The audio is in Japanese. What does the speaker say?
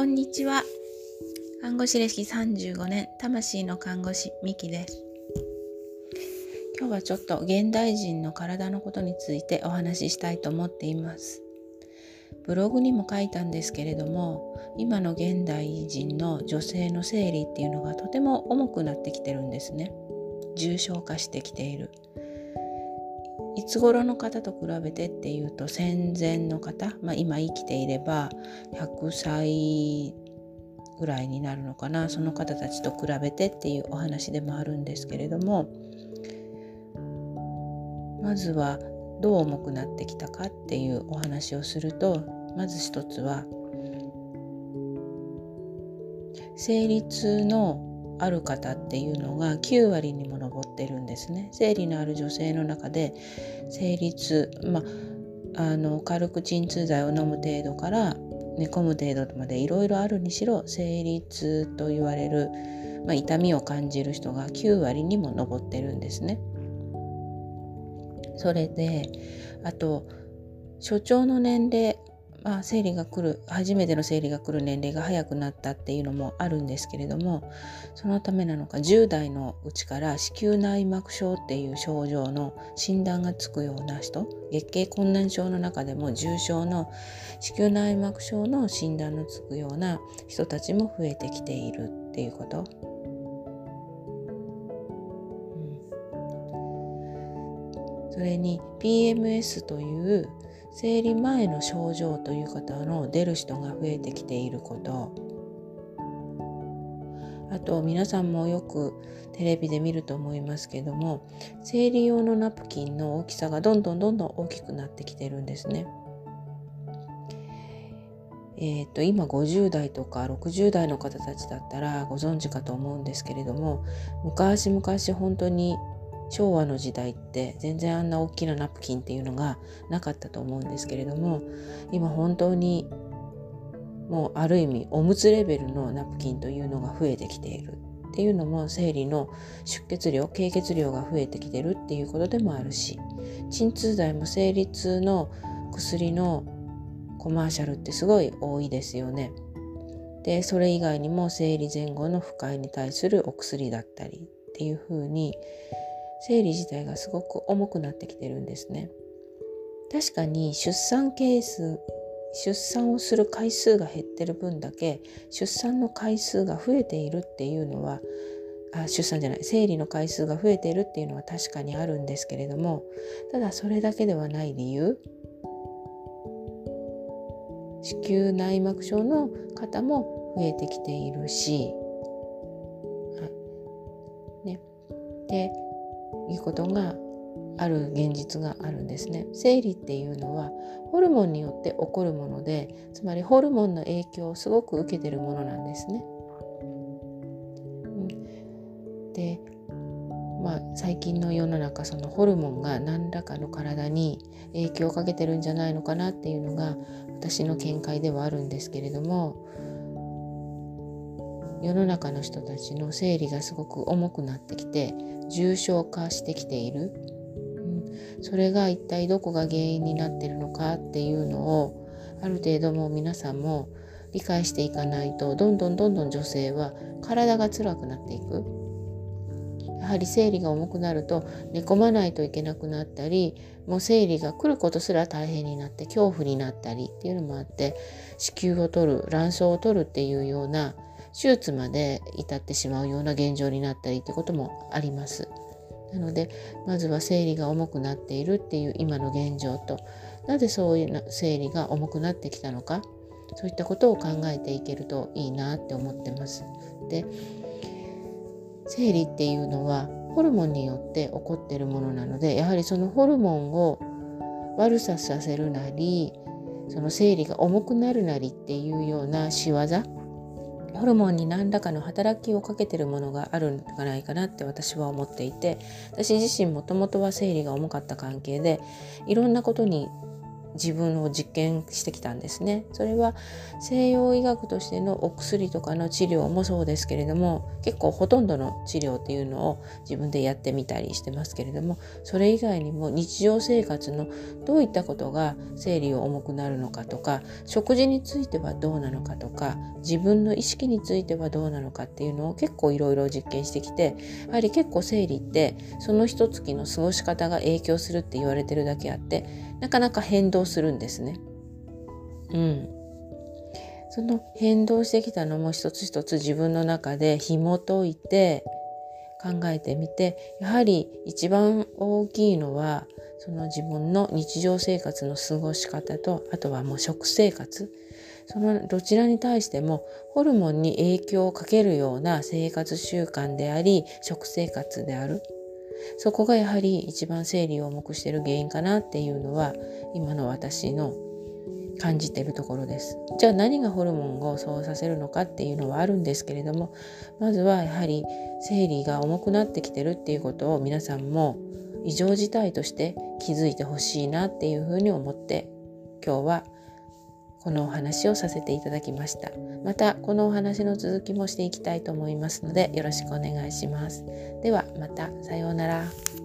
こんにちは。看護師歴35年、魂の看護師ミキです。今日はちょっと現代人の体のことについてお話ししたいと思っています。ブログにも書いたんですけれども、今の現代人の女性の生理っていうのがとても重くなってきてるんですね。重症化してきている。いつ頃の方と比べてっていうと、戦前の方、今生きていれば100歳ぐらいになるのかな、その方たちと比べてっていうお話でもあるんですけれども、まずはどう重くなってきたかっていうお話をすると、まず一つは生理痛のある方っていうのが9割にも上ってるんですね。生理のある女性の中で生理痛、軽く鎮痛剤を飲む程度から寝込む程度までいろいろあるにしろ、生理痛と言われる、痛みを感じる人が9割にも上ってるんですね。それであと初潮の年齢、生理が来る初めての生理が来る年齢が早くなったっていうのもあるんですけれども、そのためなのか10代のうちから子宮内膜症っていう症状の診断がつくような人、月経困難症の中でも重症の子宮内膜症の診断のつくような人たちも増えてきているっていうこと。それに PMS という生理前の症状という方の出る人が増えてきていること、あと皆さんもよくテレビで見ると思いますけども、生理用のナプキンの大きさがどんどん大きくなってきてるんですね。今50代とか60代の方たちだったらご存知かと思うんですけれども、昔本当に昭和の時代って全然あんな大きなナプキンっていうのがなかったと思うんですけれども、今本当にもうある意味おむつレベルのナプキンというのが増えてきているっていうのも、生理の出血量経血量が増えてきてるっていうことでもあるし、鎮痛剤も生理痛の薬のコマーシャルってすごい多いですよね。でそれ以外にも生理前後の不快に対するお薬だったりっていう風に、生理自体がすごく重くなってきてるんですね。確かに出産をする回数が減ってる分だけ出産の回数が増えているっていうのは、生理の回数が増えているっていうのは確かにあるんですけれども、ただそれだけではない理由、子宮内膜症の方も増えてきているし、っていうことがある現実があるんですね。生理っていうのはホルモンによって起こるもので、つまりホルモンの影響をすごく受けているものなんですね。で、最近の世の中、そのホルモンが何らかの体に影響をかけてるんじゃないのかなっていうのが私の見解ではあるんですけれども、世の中の人たちの生理がすごく重くなってきて重症化してきている、それが一体どこが原因になっているのかっていうのを、ある程度も皆さんも理解していかないと、どんどん女性は体が辛くなっていく。やはり生理が重くなると寝込まないといけなくなったり、もう生理が来ることすら大変になって恐怖になったりっていうのもあって、子宮を取る、卵巣を取るっていうような手術まで至ってしまうような現状になったりということもあります。なのでまずは生理が重くなっているっていう今の現状と、なぜそういう生理が重くなってきたのか、そういったことを考えていけるといいなって思ってます。で、生理っていうのはホルモンによって起こっているものなので、やはりそのホルモンを悪ささせるなり、その生理が重くなるなりっていうような仕業、ホルモンに何らかの働きをかけているものがあるんじゃないかなって私は思っていて、私自身もともとは生理が重かった関係で、いろんなことに自分を実験してきたんですね。それは西洋医学としてのお薬とかの治療もそうですけれども、結構ほとんどの治療っていうのを自分でやってみたりしてますけれども、それ以外にも日常生活のどういったことが生理を重くなるのかとか、食事についてはどうなのかとか、自分の意識についてはどうなのかっていうのを結構いろいろ実験してきて、やはり結構生理ってその一月の過ごし方が影響するって言われてるだけあって、なかなか変動するんですね。その変動してきたのも一つ一つ自分の中で紐解いて考えてみて、やはり一番大きいのはその自分の日常生活の過ごし方と、あとはもう食生活、そのどちらに対してもホルモンに影響をかけるような生活習慣であり食生活である、そこがやはり一番生理を重くしている原因かなっていうのは今の私の感じているところです。じゃあ何がホルモンをそうさせるのかっていうのはあるんですけれども、まずはやはり生理が重くなってきてるっていうことを皆さんも異常事態として気づいてほしいなっていうふうに思って、今日はこのお話をさせていただきました。またこのお話の続きもしていきたいと思いますので、よろしくお願いします。ではまた、さようなら。